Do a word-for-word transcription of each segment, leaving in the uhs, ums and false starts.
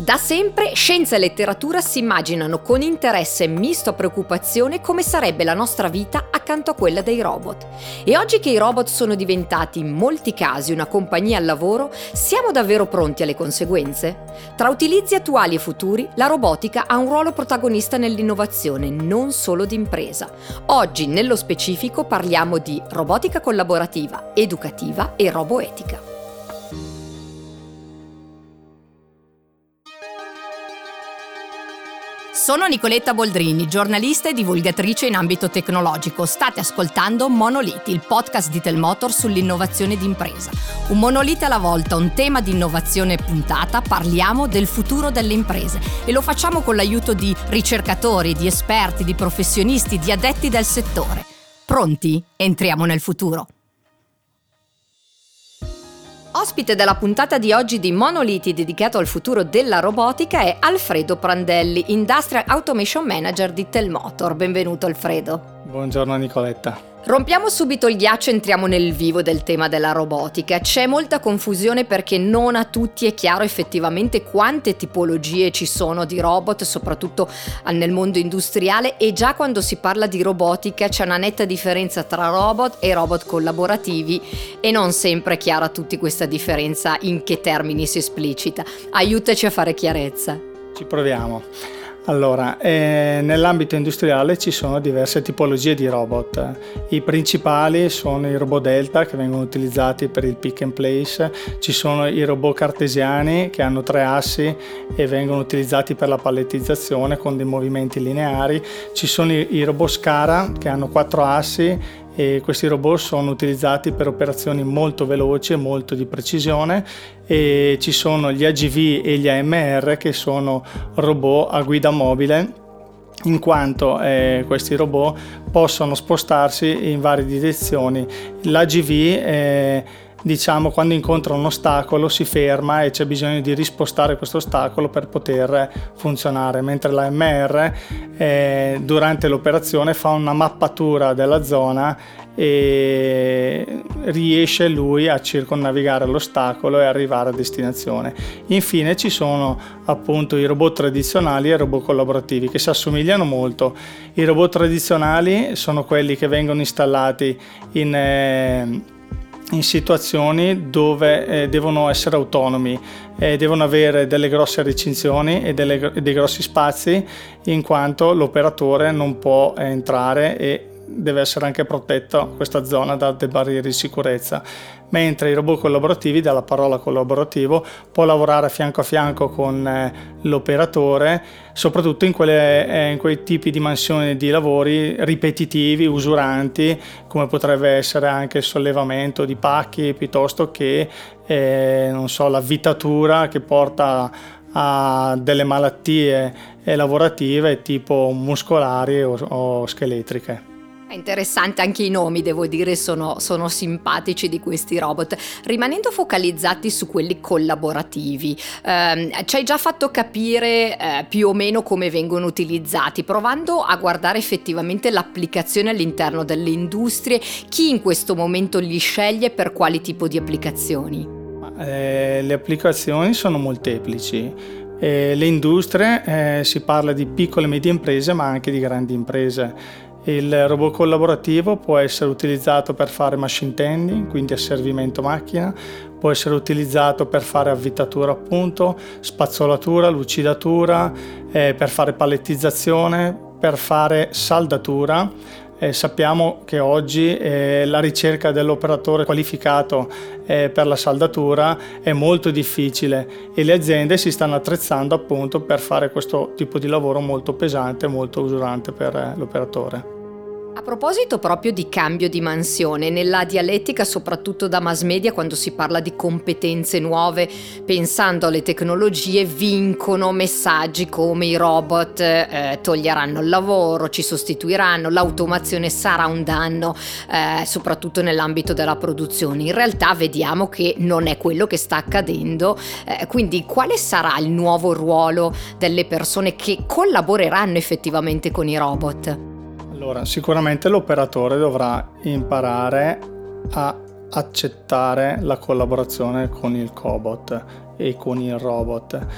Da sempre scienza e letteratura si immaginano con interesse misto a preoccupazione come sarebbe la nostra vita accanto a quella dei robot. E oggi che i robot sono diventati in molti casi una compagnia al lavoro, siamo davvero pronti alle conseguenze? Tra utilizzi attuali e futuri, la robotica ha un ruolo protagonista nell'innovazione, non solo d'impresa. Oggi, nello specifico, parliamo di robotica collaborativa, educativa e roboetica. Sono Nicoletta Boldrini, giornalista e divulgatrice in ambito tecnologico. State ascoltando Monoliti, il podcast di Telmotor sull'innovazione d'impresa. Un monolite alla volta, un tema di innovazione puntata, parliamo del futuro delle imprese e lo facciamo con l'aiuto di ricercatori, di esperti, di professionisti, di addetti del settore. Pronti? Entriamo nel futuro. Ospite della puntata di oggi di Monoliti dedicato al futuro della robotica è Alfredo Prandelli, Industrial Automation Manager di Telmotor. Benvenuto Alfredo. Buongiorno Nicoletta. Rompiamo subito il ghiaccio e entriamo nel vivo del tema della robotica. C'è molta confusione perché non a tutti è chiaro effettivamente quante tipologie ci sono di robot, soprattutto nel mondo industriale, e già quando si parla di robotica c'è una netta differenza tra robot e robot collaborativi e non sempre è chiara a tutti questa differenza in che termini si esplicita. Aiutaci a fare chiarezza. Ci proviamo. Allora, eh, nell'ambito industriale ci sono diverse tipologie di robot. I principali sono i robot Delta che vengono utilizzati per il pick and place, ci sono i robot cartesiani che hanno tre assi e vengono utilizzati per la pallettizzazione con dei movimenti lineari, ci sono i, i robot Scara che hanno quattro assi e questi robot sono utilizzati per operazioni molto veloci e molto di precisione, e ci sono gli A G V e gli A M R che sono robot a guida mobile, in quanto eh, questi robot possono spostarsi in varie direzioni. L'A G V eh, diciamo quando incontra un ostacolo si ferma e c'è bisogno di rispostare questo ostacolo per poter funzionare, mentre l'A M R eh, durante l'operazione fa una mappatura della zona e riesce lui a circonnavigare l'ostacolo e arrivare a destinazione. Infine ci sono appunto i robot tradizionali e i robot collaborativi che si assomigliano molto. I robot tradizionali sono quelli che vengono installati in eh, in situazioni dove eh, devono essere autonomi, eh, devono avere delle grosse recinzioni e delle, dei grossi spazi, in quanto l'operatore non può entrare e deve essere anche protetta questa zona da delle barriere di sicurezza, mentre i robot collaborativi, dalla parola collaborativo, può lavorare fianco a fianco con eh, l'operatore, soprattutto in, quelle, eh, in quei tipi di mansioni di lavori ripetitivi, usuranti, come potrebbe essere anche il sollevamento di pacchi, piuttosto che eh, non so, l'avvitatura che porta a delle malattie eh, lavorative tipo muscolari o, o scheletriche. È interessante, anche i nomi, devo dire, sono, sono simpatici di questi robot. Rimanendo focalizzati su quelli collaborativi, ehm, ci hai già fatto capire eh, più o meno come vengono utilizzati, provando a guardare effettivamente l'applicazione all'interno delle industrie. Chi in questo momento li sceglie per quali tipo di applicazioni? Eh, le applicazioni sono molteplici. Eh, le industrie, eh, si parla di piccole e medie imprese, ma anche di grandi imprese. Il robot collaborativo può essere utilizzato per fare machine tending, quindi asservimento macchina, può essere utilizzato per fare avvitatura appunto, spazzolatura, lucidatura, eh, per fare pallettizzazione, per fare saldatura. Eh, sappiamo che oggi eh, la ricerca dell'operatore qualificato eh, per la saldatura è molto difficile e le aziende si stanno attrezzando appunto per fare questo tipo di lavoro molto pesante e molto usurante per eh, l'operatore. A proposito proprio di cambio di mansione, nella dialettica soprattutto da mass media, quando si parla di competenze nuove, pensando alle tecnologie, vincono messaggi come i robot eh, toglieranno il lavoro, ci sostituiranno, l'automazione sarà un danno, eh, soprattutto nell'ambito della produzione. In realtà vediamo che non è quello che sta accadendo, eh, quindi quale sarà il nuovo ruolo delle persone che collaboreranno effettivamente con i robot? Allora, sicuramente l'operatore dovrà imparare a accettare la collaborazione con il cobot e con il robot,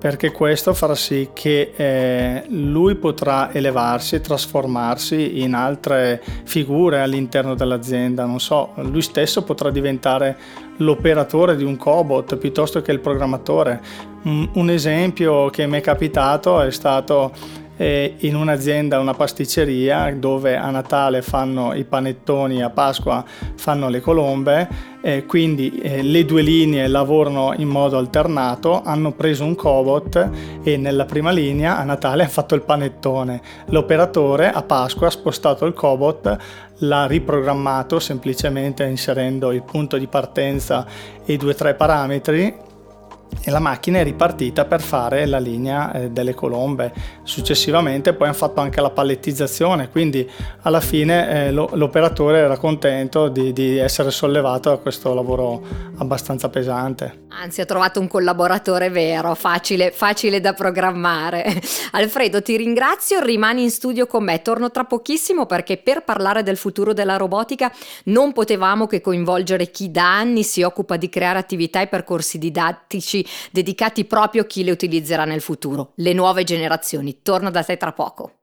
perché questo farà sì che eh, lui potrà elevarsi e trasformarsi in altre figure all'interno dell'azienda. Non so, lui stesso potrà diventare l'operatore di un cobot piuttosto che il programmatore. Un, un esempio che mi è capitato è stato eh, in un'azienda, una pasticceria, dove a Natale fanno i panettoni, a Pasqua fanno le colombe. Eh, quindi eh, le due linee lavorano in modo alternato, hanno preso un cobot e nella prima linea a Natale ha fatto il panettone. L'operatore a Pasqua ha spostato il cobot, l'ha riprogrammato semplicemente inserendo il punto di partenza e i due o tre parametri, e la macchina è ripartita per fare la linea eh, delle colombe. Successivamente poi hanno fatto anche la pallettizzazione, quindi alla fine eh, lo, l'operatore era contento di, di essere sollevato da questo lavoro abbastanza pesante. Anzi, ha trovato un collaboratore vero, facile, facile da programmare. Alfredo, ti ringrazio, rimani in studio con me, torno tra pochissimo perché per parlare del futuro della robotica non potevamo che coinvolgere chi da anni si occupa di creare attività e percorsi didattici dedicati proprio a chi le utilizzerà nel futuro, le nuove generazioni. Torno da te tra poco.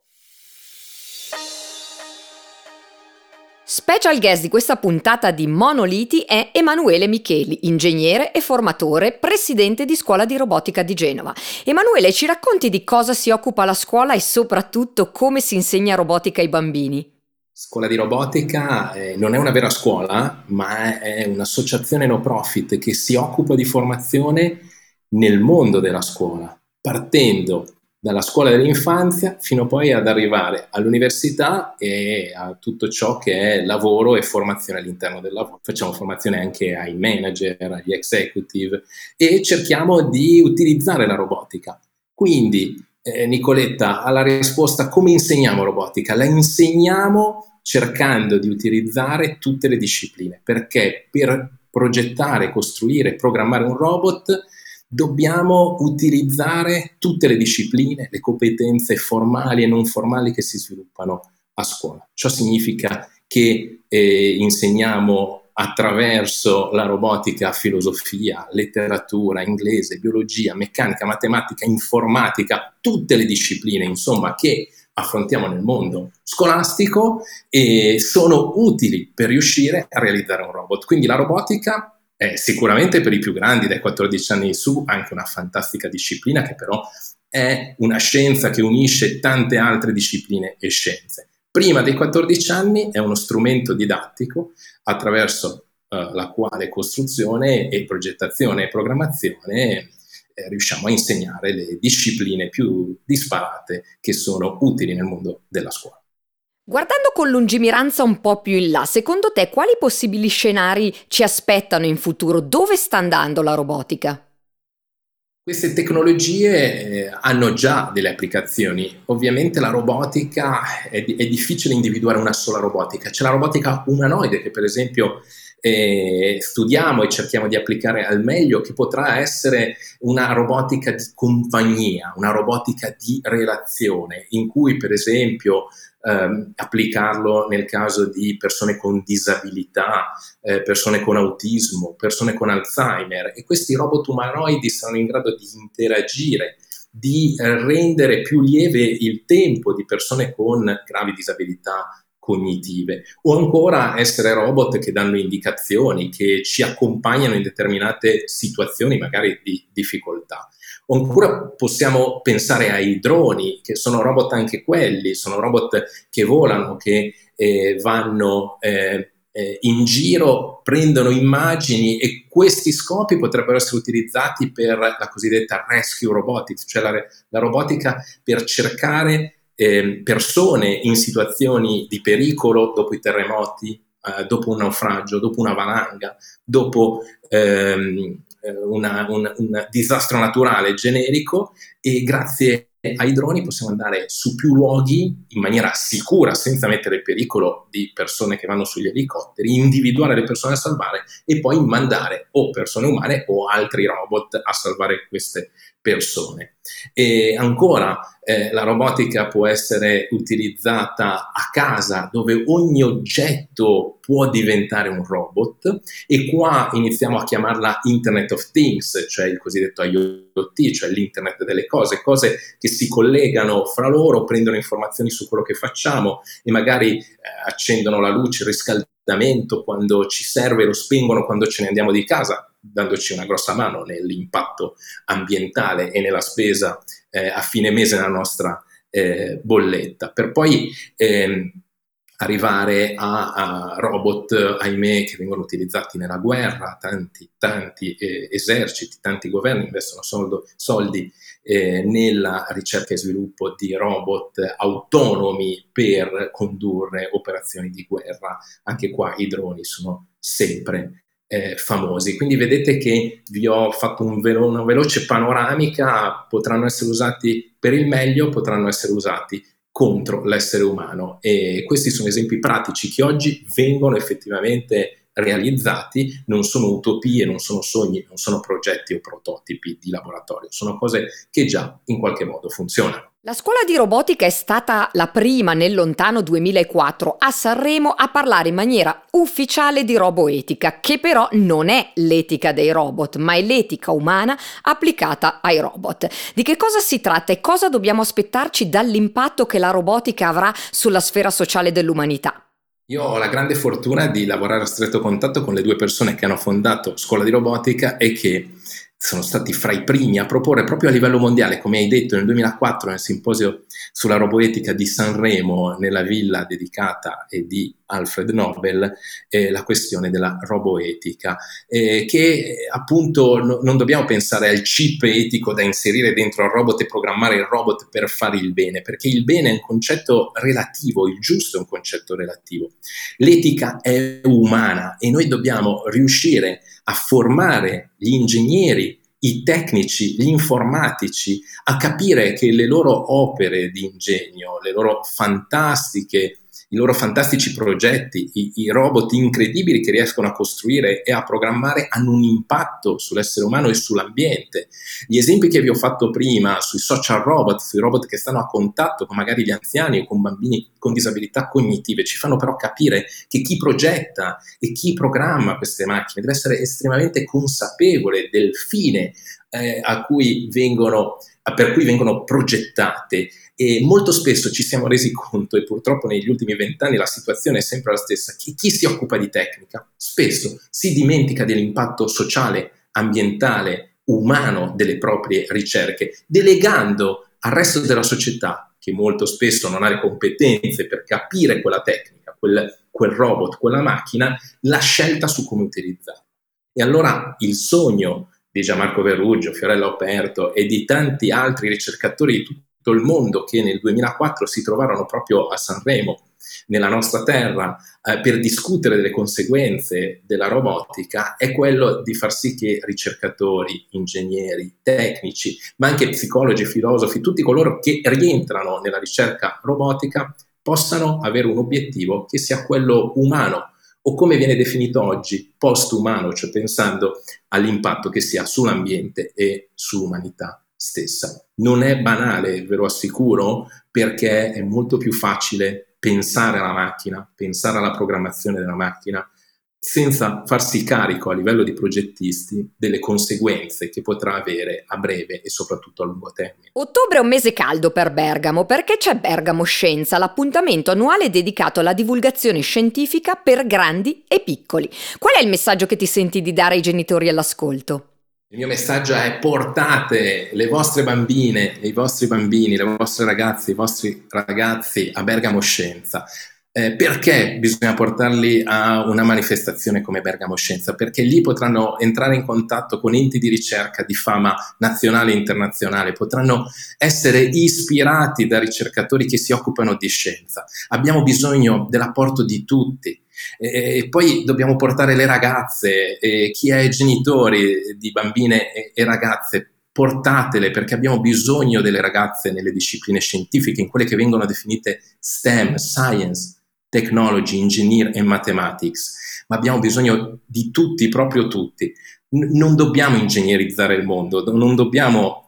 Special guest di questa puntata di Monoliti è Emanuele Micheli, ingegnere e formatore, presidente di Scuola di Robotica di Genova. Emanuele, ci racconti di cosa si occupa la scuola e soprattutto come si insegna robotica ai bambini? Scuola di Robotica eh, non è una vera scuola, ma è un'associazione no profit che si occupa di formazione nel mondo della scuola, partendo dalla scuola dell'infanzia fino poi ad arrivare all'università e a tutto ciò che è lavoro e formazione all'interno del lavoro. Facciamo formazione anche ai manager, agli executive e cerchiamo di utilizzare la robotica. Quindi, eh, Nicoletta, alla risposta come insegniamo robotica? La insegniamo cercando di utilizzare tutte le discipline, perché per progettare, costruire, programmare un robot dobbiamo utilizzare tutte le discipline, le competenze formali e non formali che si sviluppano a scuola. Ciò significa che eh, insegniamo attraverso la robotica filosofia, letteratura, inglese, biologia, meccanica, matematica, informatica, tutte le discipline, insomma, che affrontiamo nel mondo scolastico e sono utili per riuscire a realizzare un robot. Quindi la robotica è sicuramente per i più grandi, dai quattordici anni in su, anche una fantastica disciplina che però è una scienza che unisce tante altre discipline e scienze. Prima dei quattordici anni è uno strumento didattico attraverso eh, la quale costruzione e progettazione e programmazione eh, riusciamo a insegnare le discipline più disparate che sono utili nel mondo della scuola. Guardando con lungimiranza un po' più in là, secondo te quali possibili scenari ci aspettano in futuro? Dove sta andando la robotica? Queste tecnologie eh, hanno già delle applicazioni. Ovviamente la robotica è, è difficile individuare una sola robotica. C'è la robotica umanoide che per esempio eh, studiamo e cerchiamo di applicare al meglio, che potrà essere una robotica di compagnia, una robotica di relazione, in cui per esempio ehm, applicarlo nel caso di persone con disabilità, eh, persone con autismo, persone con Alzheimer, e questi robot umanoidi saranno in grado di interagire, di eh, rendere più lieve il tempo di persone con gravi disabilità cognitive, o ancora essere robot che danno indicazioni, che ci accompagnano in determinate situazioni magari di difficoltà. O ancora possiamo pensare ai droni, che sono robot anche quelli, sono robot che volano, che eh, vanno eh, eh, in giro, prendono immagini, e questi scopi potrebbero essere utilizzati per la cosiddetta rescue robotics, cioè la, la robotica per cercare eh, persone in situazioni di pericolo dopo i terremoti, eh, dopo un naufragio, dopo una valanga, dopo ehm, Una, un, un disastro naturale generico, e grazie ai droni possiamo andare su più luoghi in maniera sicura, senza mettere in pericolo di persone che vanno sugli elicotteri, individuare le persone a salvare e poi mandare o persone umane o altri robot a salvare queste persone. E ancora eh, la robotica può essere utilizzata a casa, dove ogni oggetto può diventare un robot, e qua iniziamo a chiamarla Internet of Things, cioè il cosiddetto I O T, cioè l'internet delle cose, cose che si collegano fra loro, prendono informazioni su quello che facciamo e magari eh, accendono la luce, il riscaldamento quando ci serve, lo spengono quando ce ne andiamo di casa, dandoci una grossa mano nell'impatto ambientale e nella spesa eh, a fine mese nella nostra eh, bolletta, per poi eh, arrivare a, a robot, ahimè, che vengono utilizzati nella guerra. Tanti, tanti eh, eserciti, tanti governi investono soldo, soldi eh, nella ricerca e sviluppo di robot autonomi per condurre operazioni di guerra. Anche qua i droni sono sempre eh, famosi. Quindi vedete che vi ho fatto un velo, una veloce panoramica. Potranno essere usati per il meglio, potranno essere usati contro l'essere umano, e questi sono esempi pratici che oggi vengono effettivamente realizzati. Non sono utopie, non sono sogni, non sono progetti o prototipi di laboratorio, sono cose che già in qualche modo funzionano. La scuola di robotica è stata la prima nel lontano duemilaquattro a Sanremo a parlare in maniera ufficiale di roboetica, che però non è l'etica dei robot, ma è l'etica umana applicata ai robot. Di che cosa si tratta e cosa dobbiamo aspettarci dall'impatto che la robotica avrà sulla sfera sociale dell'umanità? Io ho la grande fortuna di lavorare a stretto contatto con le due persone che hanno fondato Scuola di Robotica e che sono stati fra i primi a proporre proprio a livello mondiale, come hai detto, nel duemilaquattro nel simposio sulla roboetica di Sanremo, nella villa dedicata e di Alfred Nobel, eh, la questione della roboetica, eh, che appunto no, non dobbiamo pensare al chip etico da inserire dentro al robot e programmare il robot per fare il bene, perché il bene è un concetto relativo, il giusto è un concetto relativo. L'etica è umana e noi dobbiamo riuscire a formare gli ingegneri, i tecnici, gli informatici, a capire che le loro opere di ingegno, le loro fantastiche, i loro fantastici progetti, i, i robot incredibili che riescono a costruire e a programmare hanno un impatto sull'essere umano e sull'ambiente. Gli esempi che vi ho fatto prima sui social robot, sui robot che stanno a contatto con magari gli anziani o con bambini con disabilità cognitive, ci fanno però capire che chi progetta e chi programma queste macchine deve essere estremamente consapevole del fine eh, a cui vengono, per cui vengono progettate. E molto spesso ci siamo resi conto, e purtroppo negli ultimi vent'anni la situazione è sempre la stessa, che chi si occupa di tecnica spesso si dimentica dell'impatto sociale, ambientale, umano delle proprie ricerche, delegando al resto della società, che molto spesso non ha le competenze per capire quella tecnica, quel, quel robot, quella macchina, la scelta su come utilizzarla. E allora il sogno di Gianmarco Verruggio, Fiorella Operto e di tanti altri ricercatori di tutto il mondo che nel duemilaquattro si trovarono proprio a Sanremo, nella nostra terra, eh, per discutere delle conseguenze della robotica, è quello di far sì che ricercatori, ingegneri, tecnici, ma anche psicologi, filosofi, tutti coloro che rientrano nella ricerca robotica possano avere un obiettivo che sia quello umano, o come viene definito oggi, post-umano, cioè pensando all'impatto che sia sull'ambiente e sull'umanità stessa. Non è banale, ve lo assicuro, perché è molto più facile pensare alla macchina, pensare alla programmazione della macchina, senza farsi carico a livello di progettisti delle conseguenze che potrà avere a breve e soprattutto a lungo termine. Ottobre è un mese caldo per Bergamo, perché c'è Bergamo Scienza, l'appuntamento annuale dedicato alla divulgazione scientifica per grandi e piccoli. Qual è il messaggio che ti senti di dare ai genitori all'ascolto? Il mio messaggio è: portate le vostre bambine, i vostri bambini, le vostre ragazze, i vostri ragazzi a Bergamo Scienza. Eh, perché bisogna portarli a una manifestazione come Bergamo Scienza? Perché lì potranno entrare in contatto con enti di ricerca di fama nazionale e internazionale, potranno essere ispirati da ricercatori che si occupano di scienza. Abbiamo bisogno dell'apporto di tutti. E poi dobbiamo portare le ragazze, e chi è genitori di bambine e, e ragazze, portatele, perché abbiamo bisogno delle ragazze nelle discipline scientifiche, in quelle che vengono definite STEM, Science, Technology, Engineer e Mathematics, ma abbiamo bisogno di tutti, proprio tutti. N- non dobbiamo ingegnerizzare il mondo, non dobbiamo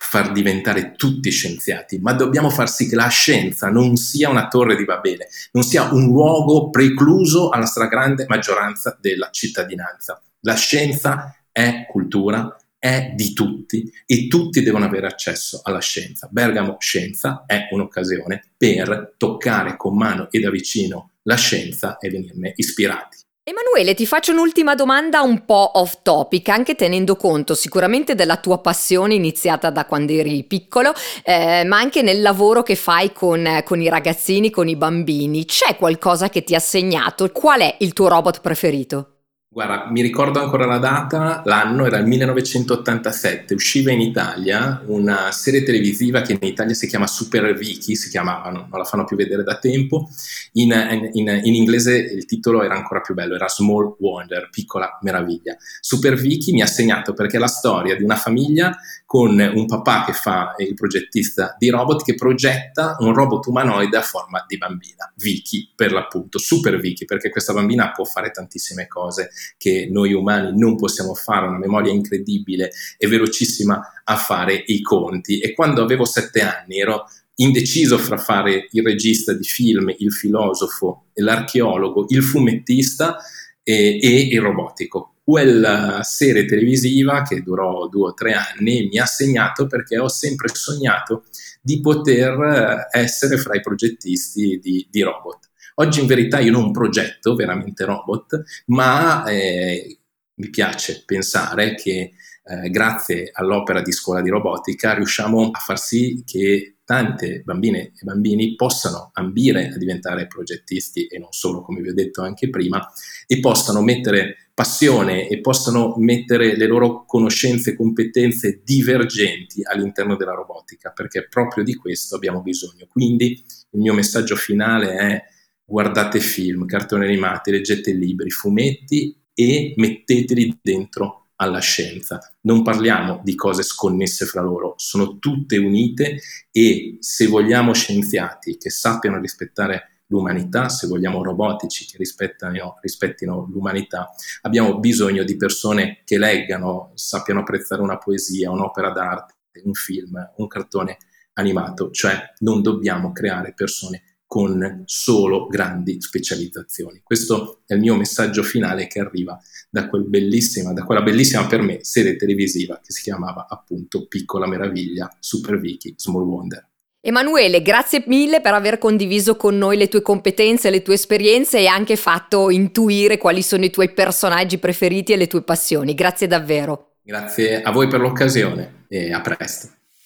far diventare tutti scienziati, ma dobbiamo far sì che la scienza non sia una torre di Babele, non sia un luogo precluso alla stragrande maggioranza della cittadinanza. La scienza è cultura, è di tutti e tutti devono avere accesso alla scienza. Bergamo Scienza è un'occasione per toccare con mano e da vicino la scienza e venirne ispirati. Emanuele, ti faccio un'ultima domanda un po' off topic, anche tenendo conto sicuramente della tua passione iniziata da quando eri piccolo, eh, ma anche nel lavoro che fai con, con i ragazzini, con i bambini. C'è qualcosa che ti ha segnato? Qual è il tuo robot preferito? Guarda, mi ricordo ancora la data, l'anno era il millenovecentottantasette, usciva in Italia una serie televisiva che in Italia si chiama Super Vicky, si chiamava, non la fanno più vedere da tempo, in, in, in inglese il titolo era ancora più bello, era Small Wonder, piccola meraviglia. Super Vicky mi ha segnato perché è la storia di una famiglia con un papà che fa il progettista di robot, che progetta un robot umanoide a forma di bambina, Vicky per l'appunto, Super Vicky, perché questa bambina può fare tantissime cose che noi umani non possiamo fare, una memoria incredibile e velocissima a fare i conti. E quando avevo sette anni ero indeciso fra fare il regista di film, il filosofo, l'archeologo, il fumettista e, e il robotico. Quella serie televisiva, che durò due o tre anni, mi ha segnato perché ho sempre sognato di poter essere fra i progettisti di, di robot. Oggi in verità io non progetto veramente robot, ma eh, mi piace pensare che eh, grazie all'opera di Scuola di Robotica riusciamo a far sì che tante bambine e bambini possano ambire a diventare progettisti e non solo, come vi ho detto anche prima, e possano mettere passione e possano mettere le loro conoscenze e competenze divergenti all'interno della robotica, perché proprio di questo abbiamo bisogno. Quindi il mio messaggio finale è: guardate film, cartoni animati, leggete libri, fumetti e metteteli dentro alla scienza. Non parliamo di cose sconnesse fra loro, sono tutte unite, e se vogliamo scienziati che sappiano rispettare l'umanità, se vogliamo robotici che rispettino, rispettino l'umanità, abbiamo bisogno di persone che leggano, sappiano apprezzare una poesia, un'opera d'arte, un film, un cartone animato, cioè non dobbiamo creare persone con solo grandi specializzazioni. Questo è il mio messaggio finale, che arriva da quel bellissima, da quella bellissima per me serie televisiva che si chiamava appunto Piccola Meraviglia, Super Vicky, Small Wonder. Emanuele, grazie mille per aver condiviso con noi le tue competenze, le tue esperienze e anche fatto intuire quali sono i tuoi personaggi preferiti e le tue passioni. Grazie davvero. Grazie a voi per l'occasione e a presto.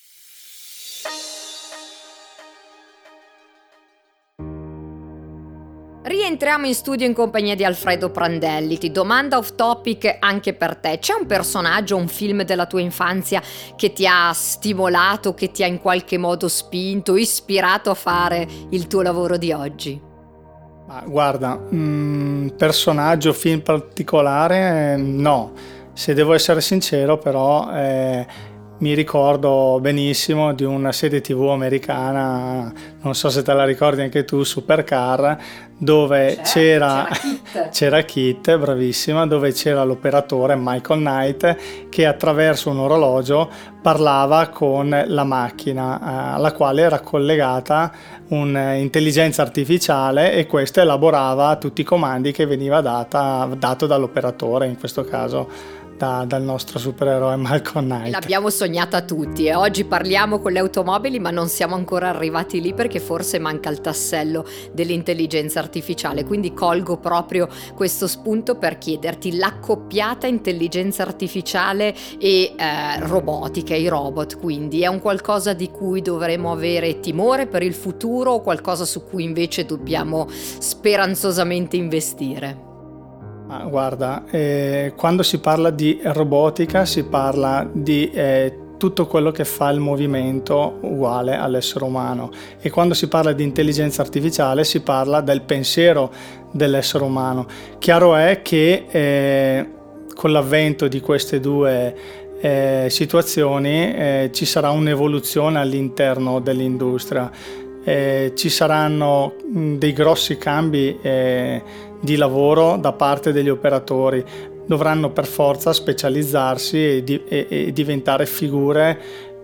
Rientriamo in studio in compagnia di Alfredo Prandelli. Ti domanda off topic anche per te: c'è un personaggio, un film della tua infanzia che ti ha stimolato, che ti ha in qualche modo spinto, ispirato a fare il tuo lavoro di oggi? Ma guarda, mh, personaggio, film particolare, eh, no. Se devo essere sincero, però, eh, mi ricordo benissimo di una serie tivù americana, non so se te la ricordi anche tu, Supercar, dove Certo, c'era, c'era Kit. c'era Kit, bravissima, dove c'era l'operatore Michael Knight che attraverso un orologio parlava con la macchina, eh, alla quale era collegata un'intelligenza artificiale, e questa elaborava tutti i comandi che veniva data, dato dall'operatore, in questo caso Da, dal nostro supereroe Malcolm Knight. L'abbiamo sognata tutti e oggi parliamo con le automobili, ma non siamo ancora arrivati lì perché forse manca il tassello dell'intelligenza artificiale. Quindi colgo proprio questo spunto per chiederti: l'accoppiata intelligenza artificiale e eh, robotica, i robot, quindi è un qualcosa di cui dovremo avere timore per il futuro o qualcosa su cui invece dobbiamo speranzosamente investire? Ah, guarda, eh, quando si parla di robotica si parla di eh, tutto quello che fa il movimento uguale all'essere umano, e quando si parla di intelligenza artificiale si parla del pensiero dell'essere umano. Chiaro è che eh, con l'avvento di queste due eh, situazioni eh, ci sarà un'evoluzione all'interno dell'industria. Eh, ci saranno mh, dei grossi cambi eh, di lavoro da parte degli operatori. Dovranno per forza specializzarsi e, di, e, e diventare figure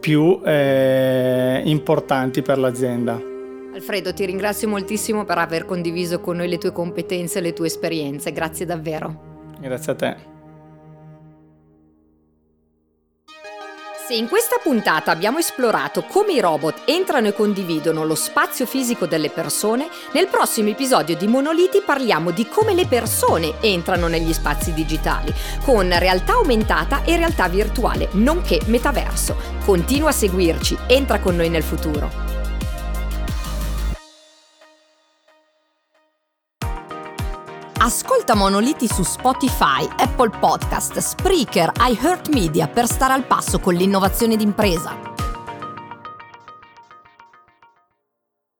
più eh, importanti per l'azienda. Alfredo, ti ringrazio moltissimo per aver condiviso con noi le tue competenze e le tue esperienze, grazie davvero. Grazie a te. Se in questa puntata abbiamo esplorato come i robot entrano e condividono lo spazio fisico delle persone, nel prossimo episodio di Monoliti parliamo di come le persone entrano negli spazi digitali, con realtà aumentata e realtà virtuale, nonché metaverso. Continua a seguirci, entra con noi nel futuro. Ascolta Monoliti su Spotify, Apple Podcast, Spreaker, iHeartMedia per stare al passo con l'innovazione d'impresa.